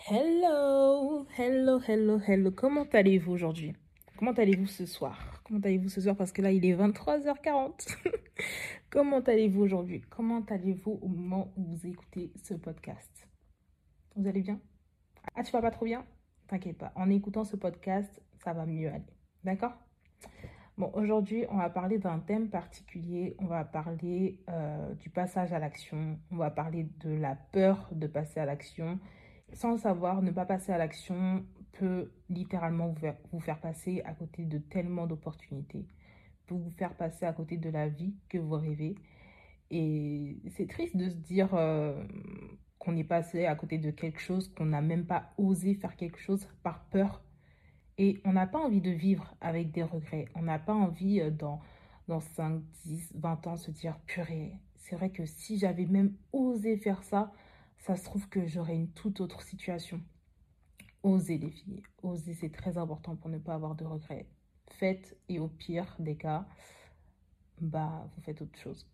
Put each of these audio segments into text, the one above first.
Hello, hello, hello, hello. Comment allez-vous aujourd'hui? Comment allez-vous ce soir? Comment allez-vous ce soir? Parce que là, il est 23h40. Comment allez-vous aujourd'hui? Comment allez-vous au moment où vous écoutez ce podcast? Vous allez bien? Ah, tu vas pas trop bien? T'inquiète pas. En écoutant ce podcast, ça va mieux aller. D'accord? Bon, aujourd'hui, on va parler d'un thème particulier. On va parler du passage à l'action. On va parler de la peur de passer à l'action. Sans le savoir, ne pas passer à l'action peut littéralement vous faire passer à côté de tellement d'opportunités, peut vous faire passer à côté de la vie que vous rêvez. Et c'est triste de se dire qu'on est passé à côté de quelque chose, qu'on n'a même pas osé faire quelque chose par peur. Et on n'a pas envie de vivre avec des regrets. On n'a pas envie dans 5, 10, 20 ans se dire purée. C'est vrai que si j'avais même osé faire ça, ça se trouve que j'aurais une toute autre situation. Osez les filles. Osez, c'est très important pour ne pas avoir de regrets. Faites et au pire des cas, vous faites autre chose.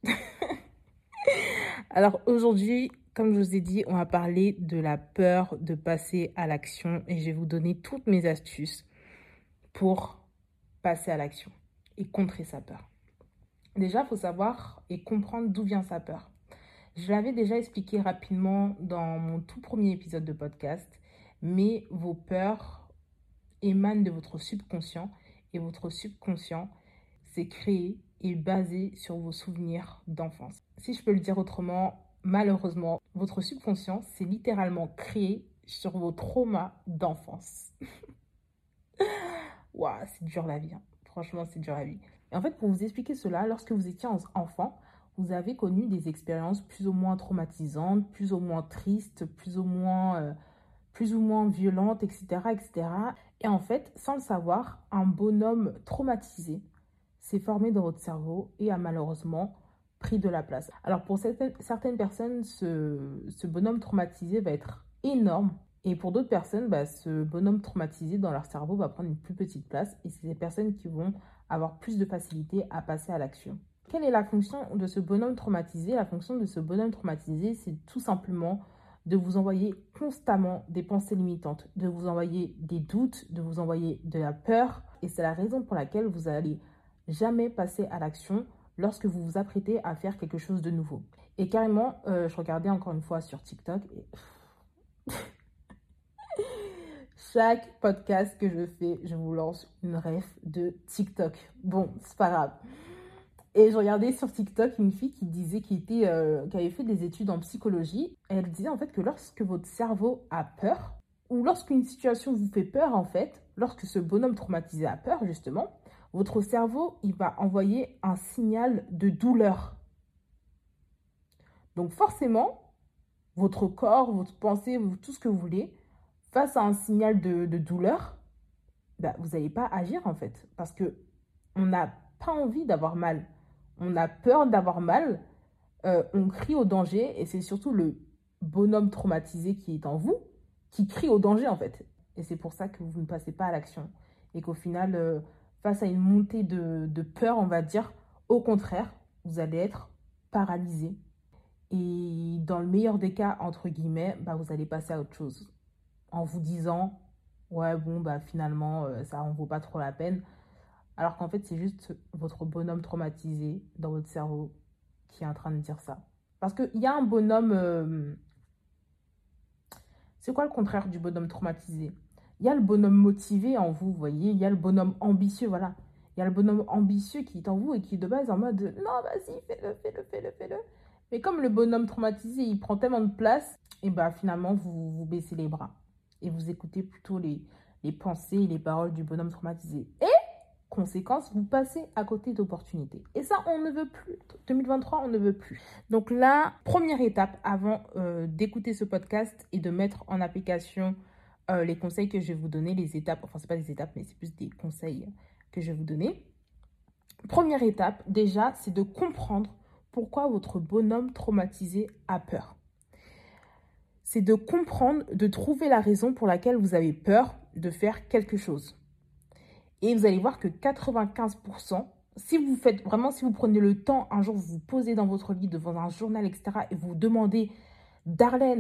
Alors aujourd'hui, comme je vous ai dit, on va parler de la peur de passer à l'action et je vais vous donner toutes mes astuces pour passer à l'action et contrer sa peur. Déjà, il faut savoir et comprendre d'où vient sa peur. Je l'avais déjà expliqué rapidement dans mon tout premier épisode de podcast, mais vos peurs émanent de votre subconscient et votre subconscient, c'est créé et basé sur vos souvenirs d'enfance. Si je peux le dire autrement, malheureusement, votre subconscient, c'est littéralement créé sur vos traumas d'enfance. Waouh, c'est dur la vie. Hein. Franchement, c'est dur la vie. Et en fait, pour vous expliquer cela, lorsque vous étiez enfant, vous avez connu des expériences plus ou moins traumatisantes, plus ou moins tristes, plus ou moins violentes, etc., etc. Et en fait, sans le savoir, un bonhomme traumatisé s'est formé dans votre cerveau et a malheureusement pris de la place. Alors pour certaines personnes, ce bonhomme traumatisé va être énorme. Et pour d'autres personnes, ce bonhomme traumatisé dans leur cerveau va prendre une plus petite place. Et c'est des personnes qui vont avoir plus de facilité à passer à l'action. Quelle est la fonction de ce bonhomme traumatisé? La fonction de ce bonhomme traumatisé, c'est tout simplement de vous envoyer constamment des pensées limitantes, de vous envoyer des doutes, de vous envoyer de la peur. Et c'est la raison pour laquelle vous allez jamais passer à l'action lorsque vous vous apprêtez à faire quelque chose de nouveau. Et carrément, je regardais encore une fois sur TikTok et... Chaque podcast que je fais, je vous lance une ref de TikTok. Bon, c'est pas grave. Et je regardais sur TikTok une fille qui disait qui avait fait des études en psychologie. Et elle disait en fait que lorsque votre cerveau a peur, ou lorsqu'une situation vous fait peur en fait, lorsque ce bonhomme traumatisé a peur justement, votre cerveau, il va envoyer un signal de douleur. Donc forcément, votre corps, votre pensée, tout ce que vous voulez, face à un signal de douleur, vous n'allez pas agir en fait. Parce que on n'a pas envie d'avoir mal. On a peur d'avoir mal. On crie au danger. Et c'est surtout le bonhomme traumatisé qui est en vous qui crie au danger en fait. Et c'est pour ça que vous ne passez pas à l'action. Et qu'au final, face à une montée de peur, on va dire, au contraire, vous allez être paralysé. Et dans le meilleur des cas, entre guillemets, vous allez passer à autre chose. En vous disant, ouais, bon, finalement, ça en vaut pas trop la peine. Alors qu'en fait, c'est juste votre bonhomme traumatisé dans votre cerveau qui est en train de dire ça. Parce qu'il y a un bonhomme... c'est quoi le contraire du bonhomme traumatisé? Il y a le bonhomme motivé en vous, vous voyez. Il y a le bonhomme ambitieux, voilà. Il y a le bonhomme ambitieux qui est en vous et qui est de base en mode « Non, vas-y, fais-le. » Mais comme le bonhomme traumatisé, il prend tellement de place, et finalement, vous baissez les bras. Et vous écoutez plutôt les pensées et les paroles du bonhomme traumatisé. Et, conséquence, vous passez à côté d'opportunités. Et ça, on ne veut plus. 2023, on ne veut plus. Donc là, première étape avant d'écouter ce podcast et de mettre en application les conseils que je vais vous donner, les étapes, enfin, c'est pas des étapes, mais c'est plus des conseils que je vais vous donner. Première étape, déjà, c'est de comprendre pourquoi votre bonhomme traumatisé a peur. C'est de comprendre, de trouver la raison pour laquelle vous avez peur de faire quelque chose. Et vous allez voir que 95%, si vous prenez le temps, un jour vous vous posez dans votre lit devant un journal, etc. et vous vous demandez, Darlène,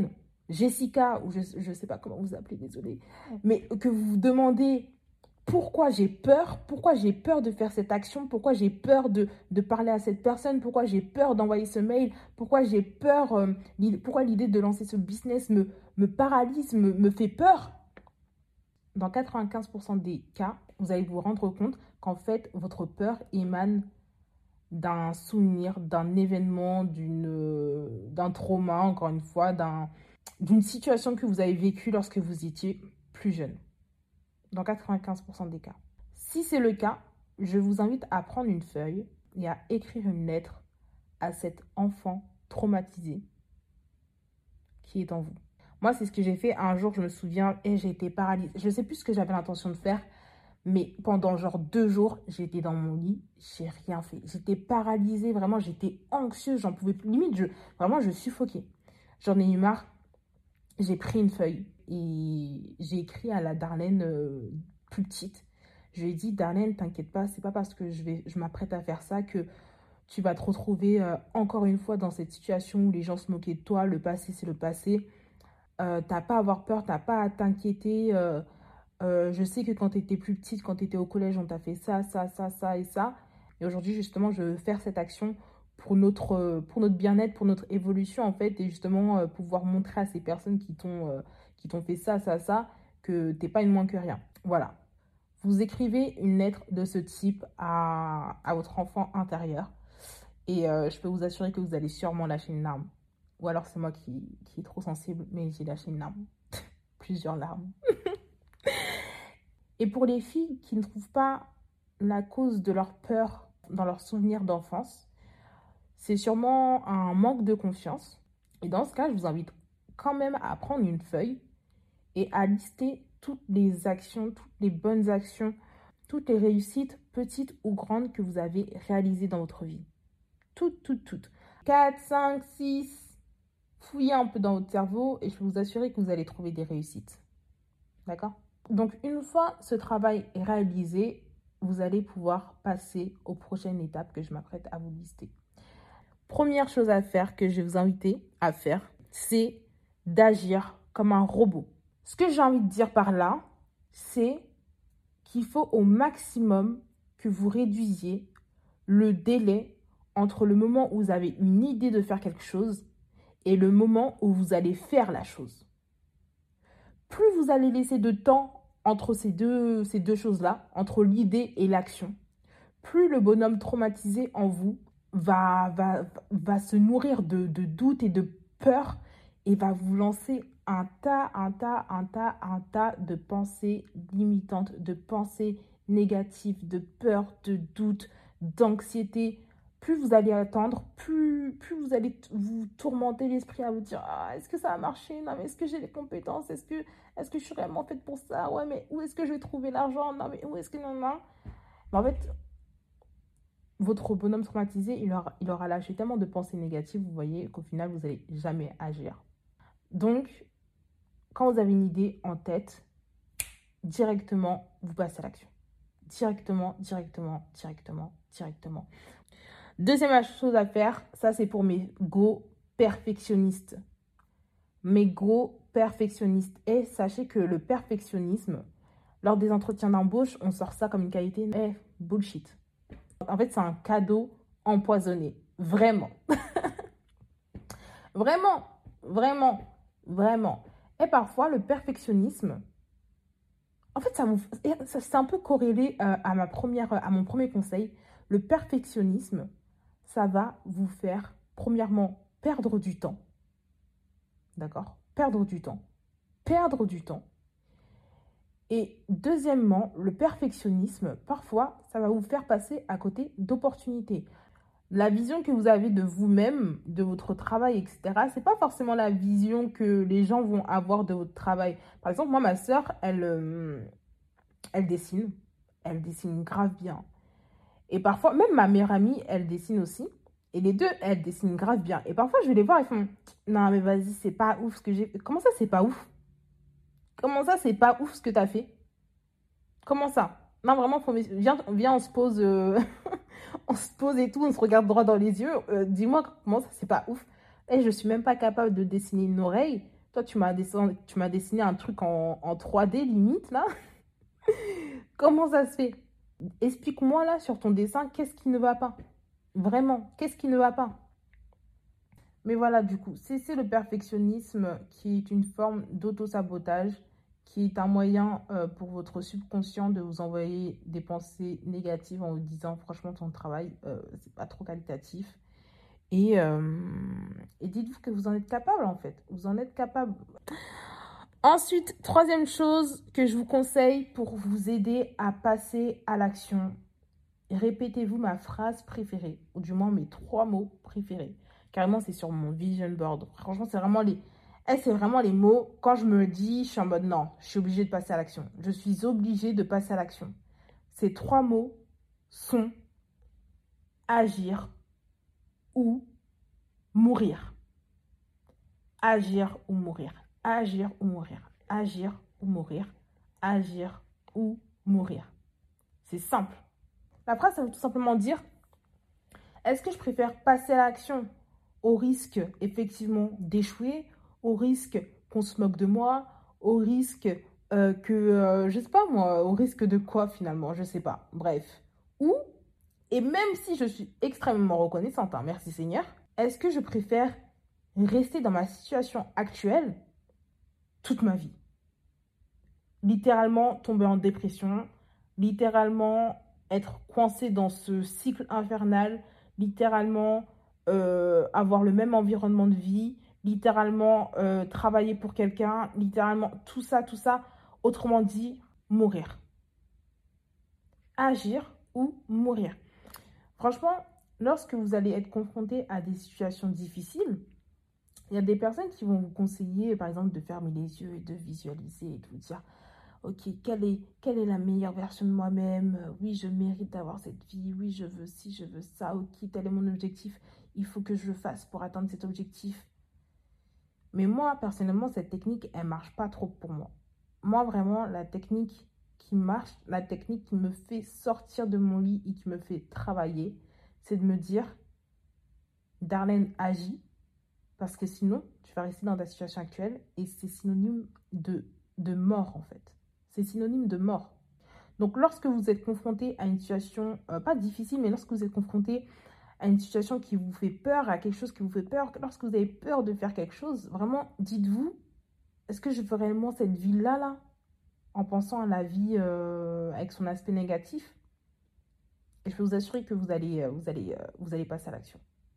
Jessica, ou je ne sais pas comment vous appelez, désolé, mais que vous vous demandez pourquoi j'ai peur de faire cette action, pourquoi j'ai peur de parler à cette personne, pourquoi j'ai peur d'envoyer ce mail, pourquoi j'ai peur, pourquoi l'idée de lancer ce business me paralyse, me fait peur. Dans 95% des cas, vous allez vous rendre compte qu'en fait, votre peur émane d'un souvenir, d'un événement, d'un trauma, encore une fois, d'une situation que vous avez vécue lorsque vous étiez plus jeune. Dans 95% des cas. Si c'est le cas, je vous invite à prendre une feuille et à écrire une lettre à cet enfant traumatisé qui est en vous. Moi, c'est ce que j'ai fait. Un jour, je me souviens, et j'ai été paralysée. Je ne sais plus ce que j'avais l'intention de faire, mais pendant genre 2 jours, j'étais dans mon lit, j'ai rien fait. J'étais paralysée, vraiment, j'étais anxieuse, j'en pouvais plus. Limite, je suffoquais. J'en ai eu marre. J'ai pris une feuille et j'ai écrit à la Darlène plus petite. Je lui ai dit, Darlène, t'inquiète pas, c'est pas parce que je m'apprête à faire ça que tu vas te retrouver encore une fois dans cette situation où les gens se moquaient de toi. Le passé, c'est le passé. T'as pas à avoir peur, t'as pas à t'inquiéter. Je sais que quand tu étais plus petite, quand tu étais au collège, on t'a fait ça, ça, ça, ça et ça. Et aujourd'hui, justement, je veux faire cette action pour notre bien-être, pour notre évolution, en fait. Et justement, pouvoir montrer à ces personnes qui t'ont fait ça, ça, ça, que t'es pas une moins que rien. Voilà. Vous écrivez une lettre de ce type à votre enfant intérieur. Et je peux vous assurer que vous allez sûrement lâcher une larme. Ou alors c'est moi qui est trop sensible, mais j'ai lâché une larme. Plusieurs larmes. Et pour les filles qui ne trouvent pas la cause de leur peur dans leurs souvenirs d'enfance, c'est sûrement un manque de confiance. Et dans ce cas, je vous invite quand même à prendre une feuille et à lister toutes les actions, toutes les bonnes actions, toutes les réussites, petites ou grandes, que vous avez réalisées dans votre vie. Toutes, toutes, toutes. 4, 5, 6. Fouillez un peu dans votre cerveau et je peux vous assurer que vous allez trouver des réussites. D'accord ? Donc, une fois ce travail est réalisé, vous allez pouvoir passer aux prochaines étapes que je m'apprête à vous lister. Première chose à faire que je vais vous inviter à faire, c'est d'agir comme un robot. Ce que j'ai envie de dire par là, c'est qu'il faut au maximum que vous réduisiez le délai entre le moment où vous avez une idée de faire quelque chose et le moment où vous allez faire la chose. Plus vous allez laisser de temps entre ces deux choses-là, entre l'idée et l'action, plus le bonhomme traumatisé en vous va se nourrir de doutes et de peur et va vous lancer un tas de pensées limitantes, de pensées négatives, de peur, de doutes, d'anxiété. Plus vous allez attendre, plus vous allez vous tourmenter l'esprit à vous dire « Ah, est-ce que ça a marché? Non, mais est-ce que j'ai les compétences? Est-ce que je suis vraiment faite pour ça? Ouais, mais où est-ce que je vais trouver l'argent? Non, mais où est-ce que... non, non. » Mais en fait, votre bonhomme traumatisé, il aura lâché tellement de pensées négatives, vous voyez, qu'au final, vous n'allez jamais agir. Donc, quand vous avez une idée en tête, directement, vous passez à l'action. Directement. Deuxième chose à faire, ça c'est pour mes go perfectionnistes. Mes go perfectionnistes. Et sachez que le perfectionnisme, lors des entretiens d'embauche, on sort ça comme une qualité. Bullshit. En fait, c'est un cadeau empoisonné. Vraiment. Vraiment. Et parfois, le perfectionnisme, en fait, c'est un peu corrélé à mon premier conseil. Le perfectionnisme, ça va vous faire, premièrement, perdre du temps. D'accord ? Perdre du temps. Et deuxièmement, le perfectionnisme, parfois, ça va vous faire passer à côté d'opportunités. La vision que vous avez de vous-même, de votre travail, etc., c'est pas forcément la vision que les gens vont avoir de votre travail. Par exemple, moi, ma sœur, elle dessine. Elle dessine grave bien. Et parfois, même ma meilleure amie, elle dessine aussi. Et les deux, elles dessinent grave bien. Et parfois, je vais les voir, elles font « Non, mais vas-y, c'est pas ouf ce que j'ai... » Comment ça, c'est pas ouf? Comment ça, c'est pas ouf ce que t'as fait? Comment ça? Non, vraiment, viens, on se pose... on se pose et tout, on se regarde droit dans les yeux. Dis-moi, comment ça, c'est pas ouf? Et je suis même pas capable de dessiner une oreille. Toi, tu m'as dessiné un truc en 3D limite, là. Comment ça se fait? Explique-moi, là, sur ton dessin, qu'est-ce qui ne va pas? Vraiment, qu'est-ce qui ne va pas? Mais voilà, du coup, cessez le perfectionnisme qui est une forme d'auto-sabotage, qui est un moyen pour votre subconscient de vous envoyer des pensées négatives en vous disant, franchement, ton travail, c'est pas trop qualitatif. Et, euh, et dites-vous que vous en êtes capable, en fait. Vous en êtes capable. Ensuite, troisième chose que je vous conseille pour vous aider à passer à l'action. Répétez-vous ma phrase préférée, ou du moins mes 3 mots préférés. Carrément, c'est sur mon vision board. Franchement, c'est vraiment les mots. Quand je me le dis, je suis en mode non, je suis obligée de passer à l'action. Je suis obligée de passer à l'action. Ces 3 mots sont agir ou mourir. Agir ou mourir. Agir ou mourir. Agir ou mourir. Agir ou mourir. C'est simple. La phrase, ça veut tout simplement dire, est-ce que je préfère passer à l'action au risque, effectivement, d'échouer, au risque qu'on se moque de moi, au risque je sais pas moi, au risque de quoi finalement, je sais pas. Bref. Ou, et même si je suis extrêmement reconnaissante, hein, merci Seigneur, est-ce que je préfère rester dans ma situation actuelle toute ma vie? Littéralement tomber en dépression, littéralement être coincé dans ce cycle infernal, littéralement avoir le même environnement de vie, littéralement travailler pour quelqu'un, littéralement tout ça, autrement dit, mourir. Agir ou mourir. Franchement, lorsque vous allez être confronté à des situations difficiles, il y a des personnes qui vont vous conseiller, par exemple, de fermer les yeux et de visualiser et de vous dire ok, quelle est la meilleure version de moi-même? Oui, je mérite d'avoir cette vie. Oui, je veux ci, je veux ça. Ok, tel est mon objectif. Il faut que je le fasse pour atteindre cet objectif. Mais moi, personnellement, cette technique, elle marche pas trop pour moi. Moi, vraiment, la technique qui marche, la technique qui me fait sortir de mon lit et qui me fait travailler, c'est de me dire, Darlene, agis, parce que sinon, tu vas rester dans ta situation actuelle et c'est synonyme de mort, en fait. C'est synonyme de mort. Donc, lorsque vous êtes confronté à une situation, pas difficile, mais lorsque vous êtes confronté à une situation qui vous fait peur, à quelque chose qui vous fait peur, lorsque vous avez peur de faire quelque chose, vraiment, dites-vous, est-ce que je veux réellement cette vie-là, là, en pensant à la vie avec son aspect négatif? Et je peux vous assurer que vous allez passer à l'action.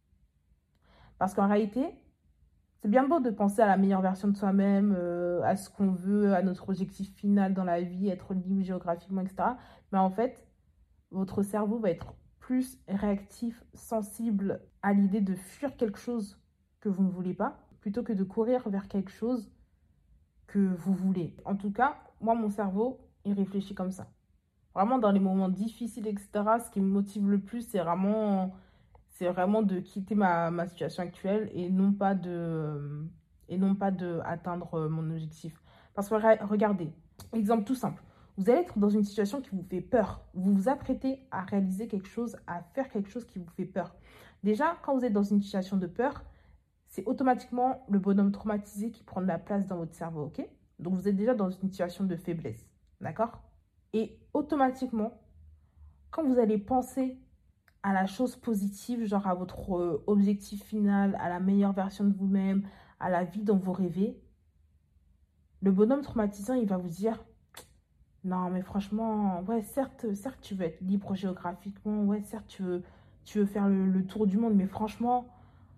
Parce qu'en réalité, c'est bien beau de penser à la meilleure version de soi-même, à ce qu'on veut, à notre objectif final dans la vie, être libre géographiquement, etc. Mais en fait, votre cerveau va être plus réactif, sensible à l'idée de fuir quelque chose que vous ne voulez pas, plutôt que de courir vers quelque chose que vous voulez. En tout cas, moi, mon cerveau, il réfléchit comme ça. Vraiment, dans les moments difficiles, etc., ce qui me motive le plus, c'est vraiment de quitter ma situation actuelle et non pas de atteindre mon objectif. Parce que regardez, exemple tout simple. Vous allez être dans une situation qui vous fait peur. Vous vous apprêtez à réaliser quelque chose, à faire quelque chose qui vous fait peur. Déjà, quand vous êtes dans une situation de peur, c'est automatiquement le bonhomme traumatisé qui prend de la place dans votre cerveau, ok? Donc, vous êtes déjà dans une situation de faiblesse, d'accord? Et automatiquement, quand vous allez penser à la chose positive, genre à votre objectif final, à la meilleure version de vous-même, à la vie dont vous rêvez, le bonhomme traumatisant, il va vous dire, non, mais franchement, ouais, certes, tu veux être libre géographiquement, ouais, certes, tu veux faire le tour du monde, mais franchement,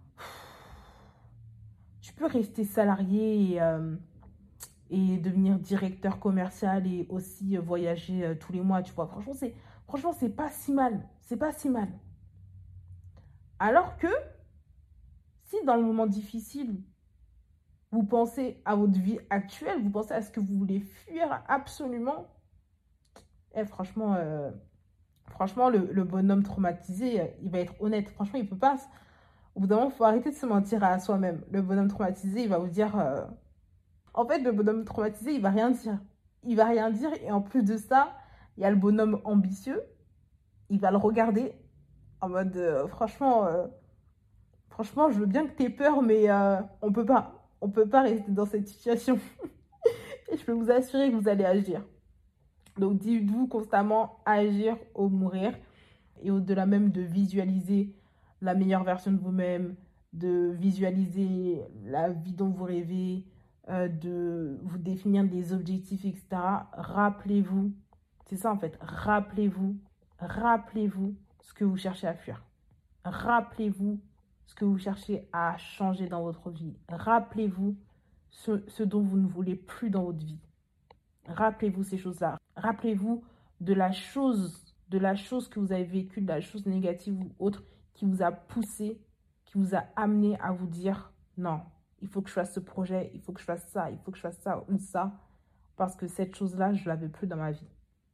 tu peux rester salarié et devenir directeur commercial et aussi voyager tous les mois, tu vois. Franchement, c'est pas si mal. C'est pas si mal. Alors que, si dans le moment difficile, vous pensez à votre vie actuelle, vous pensez à ce que vous voulez fuir absolument, franchement, le bonhomme traumatisé, il va être honnête. Franchement, il peut pas. Au bout d'un moment, il faut arrêter de se mentir à soi-même. Le bonhomme traumatisé, il va vous dire. En fait, le bonhomme traumatisé, il va rien dire. Il va rien dire. Et en plus de ça, il y a le bonhomme ambitieux. Il va le regarder en mode franchement, je veux bien que tu aies peur, mais on peut pas. on peut pas rester dans cette situation. Et je peux vous assurer que vous allez agir. Donc, dites-vous constamment agir ou mourir. Et au-delà même de visualiser la meilleure version de vous-même, de visualiser la vie dont vous rêvez, de vous définir des objectifs, etc. Rappelez-vous, c'est ça en fait, rappelez-vous ce que vous cherchez à fuir. Rappelez-vous ce que vous cherchez à changer dans votre vie. Rappelez-vous ce dont vous ne voulez plus dans votre vie. Rappelez-vous ces choses-là. Rappelez-vous de la chose que vous avez vécue, de la chose négative ou autre qui vous a poussé, qui vous a amené à vous dire non, il faut que je fasse ce projet, il faut que je fasse ça, il faut que je fasse ça ou ça, parce que cette chose-là, je ne l'avais plus dans ma vie.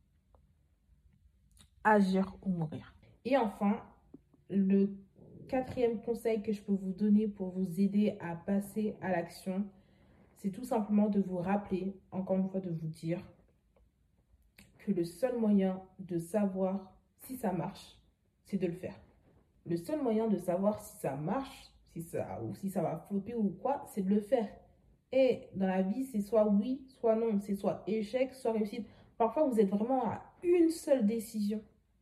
Agir ou mourir. Et enfin, le 4e conseil que je peux vous donner pour vous aider à passer à l'action, c'est tout simplement de vous rappeler, encore une fois, de vous dire que le seul moyen de savoir si ça marche, c'est de le faire. Le seul moyen de savoir si ça marche, si ça va flopper ou quoi, c'est de le faire. Et dans la vie, c'est soit oui, soit non. C'est soit échec, soit réussite. Parfois, vous êtes vraiment à une seule décision.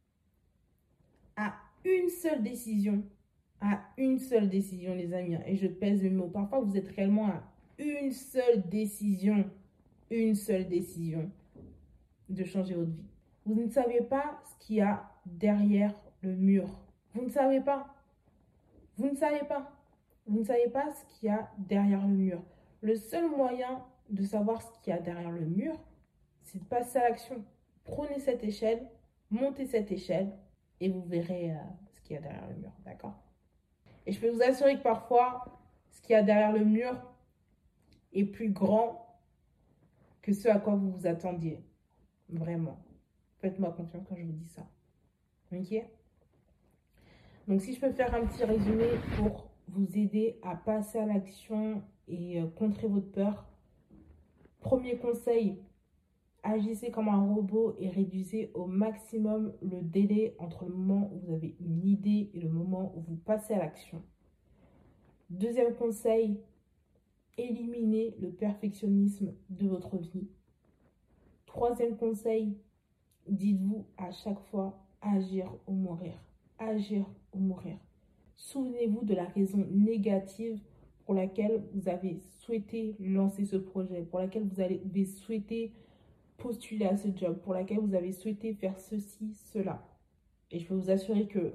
À une seule décision. À une seule décision, les amis. Et je pèse mes mots. Parfois, vous êtes réellement à une seule décision. Une seule décision de changer votre vie. Vous ne savez pas ce qu'il y a derrière le mur. Vous ne savez pas. Vous ne savez pas. Vous ne savez pas ce qu'il y a derrière le mur. Le seul moyen de savoir ce qu'il y a derrière le mur, c'est de passer à l'action. Prenez cette échelle, montez cette échelle et vous verrez ce qu'il y a derrière le mur. D'accord? Et je peux vous assurer que parfois, ce qu'il y a derrière le mur est plus grand que ce à quoi vous vous attendiez. Vraiment. Faites-moi confiance quand je vous dis ça. Ok? Donc, si je peux faire un petit résumé pour vous aider à passer à l'action et contrer votre peur. Premier conseil, agissez comme un robot et réduisez au maximum le délai entre le moment où vous avez une idée et le moment où vous passez à l'action. Deuxième conseil, éliminez le perfectionnisme de votre vie. Troisième conseil, dites-vous à chaque fois agir ou mourir. Agir ou mourir. Souvenez-vous de la raison négative pour laquelle vous avez souhaité lancer ce projet, pour laquelle vous avez souhaité postuler à ce job, pour laquelle vous avez souhaité faire ceci, cela. Et je peux vous assurer que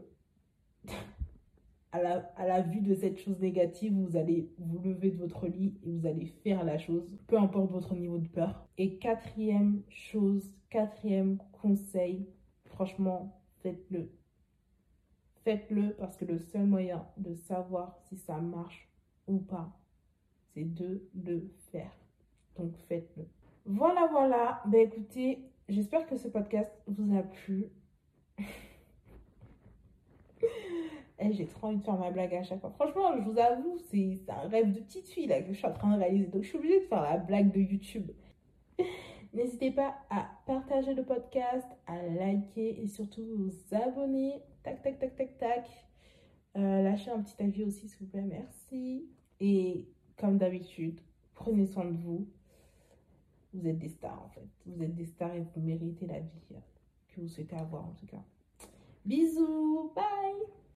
à la vue de cette chose négative, vous allez vous lever de votre lit et vous allez faire la chose, peu importe votre niveau de peur. Et quatrième conseil, franchement, faites-le. Faites-le parce que le seul moyen de savoir si ça marche ou pas, c'est de le faire. Donc faites-le. Voilà. Ben écoutez, j'espère que ce podcast vous a plu. Et j'ai trop envie de faire ma blague à chaque fois. Franchement, je vous avoue, c'est un rêve de petite fille là, que je suis en train de réaliser. Donc je suis obligée de faire la blague de YouTube. N'hésitez pas à partager le podcast, à liker et surtout vous abonner. Tac. Lâchez un petit avis aussi, s'il vous plaît. Merci. Et comme d'habitude, prenez soin de vous. Vous êtes des stars, en fait. Vous êtes des stars et vous méritez la vie que vous souhaitez avoir, en tout cas. Bisous. Bye.